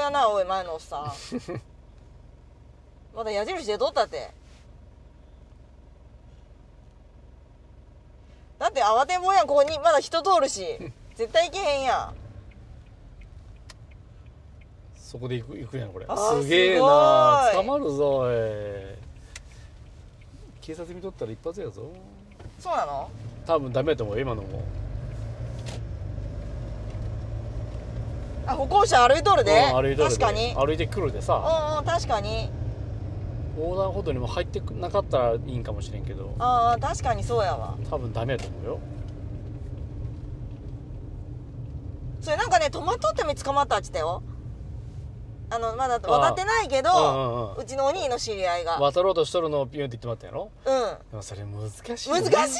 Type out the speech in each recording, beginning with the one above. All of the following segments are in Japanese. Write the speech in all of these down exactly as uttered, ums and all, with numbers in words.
やなおい前のおっさんまだ矢印で撮ったって。だって慌てんぼうやん。ここにまだ人通るし絶対行けへんやん。 そこで行く行くやんこれ。 あすげえな。 すごい捕まるぞおい。警察見とったら一発やぞ。 そうなの？ 多分ダメだと思うよ今のも。 あ、歩行者歩いとるで、 うん、歩いとるで確かに歩いてくるでさ、 うんうん確かに。 横断歩道にも入ってなかったらいいんかもしれんけど、 ああ確かにそうやわ。 多分ダメだと思うよ。 それなんかね止まっとっても捕まったって言ったよ。あのまだあ渡ってないけど、 うんうんうん、 うちのお兄の知り合いが渡ろうとしとるのをピュンって言ってもらったんやろ。 うんでもそれ難しい、 難しいんやって。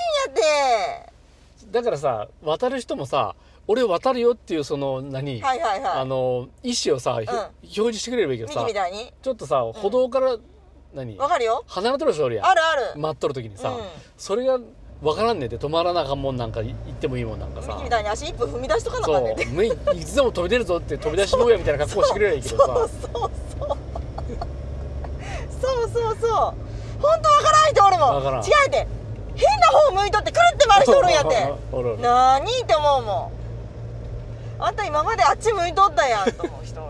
だからさ渡る人もさ俺渡るよっていうその何、 はいはいはい、 あの意思をさ、うん、表示してくれればいいけどさ、 右みたいにちょっとさ歩道から、うん、何わかるよ、 離れとる人おるやん。 あるある。 待っとる時にさ、 うん、 それが分からんねんで、止まらなあかんもんなんか言ってもいいもんなんかさ、 右みたいに足一歩踏み出しとかなあかんねんで。 そういつでも飛び出るぞって飛び出し坊やみたいな格好してくれればいいけどさそうそうそうそうそうそう本当わからん人おるもん。違えて変な方向いとってくるって回る人おるんやってなーにって思うもん。あんた今まであっち向いとったやんと思う人おる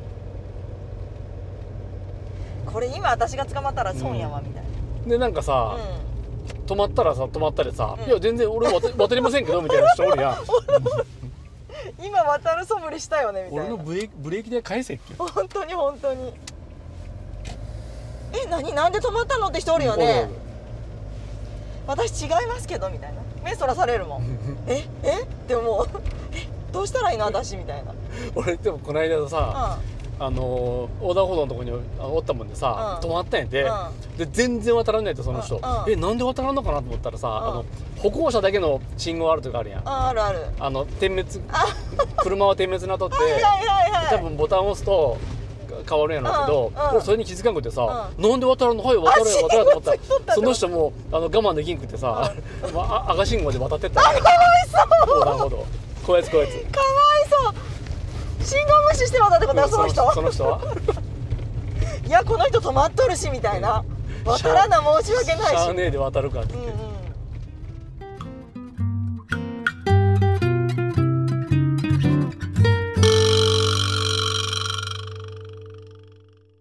これ今私が捕まったら損やわ、うん、みたいな。 でなんかさ、うん、止まったらさ止まったりさ、うん、いや全然俺渡渡りませんけどみたいな人おるやん今渡るそぶりしたよねみたいな。 俺のブレーキブレーキで返せっけ。 本当に本当にえ何なんで止まったのって人おるよね、うん私違いますけどみたいな目そらされるもんええって思うえどうしたらいいの私みたいな。 俺でもこの間さ、うん、あの横断歩道のとこにおったもんでさ、うん、止まったんやで、うん、で全然渡らないとその人、うんうん、えなんで渡らんのかなと思ったらさ、うん、あの歩行者だけの信号あるとかあるやん。 ああるある。あの点滅車は点滅なとってはいはいはい、はい、 多分ボタンを押すと変わるんやろうけど、うんうん、俺それに気づかんくてさ、うん、なんで渡るのはい渡るよ渡ると思ったらその人もあの我慢できんくてさ、うんまあ、赤信号で渡ってった。 あかわいそう横断歩道こやつこやつかわいそう信号無視して渡ってことはその人その人はいやこの人止まっとるしみたいな渡らな申し訳ないししゃあねえで渡るかって言って、うんうん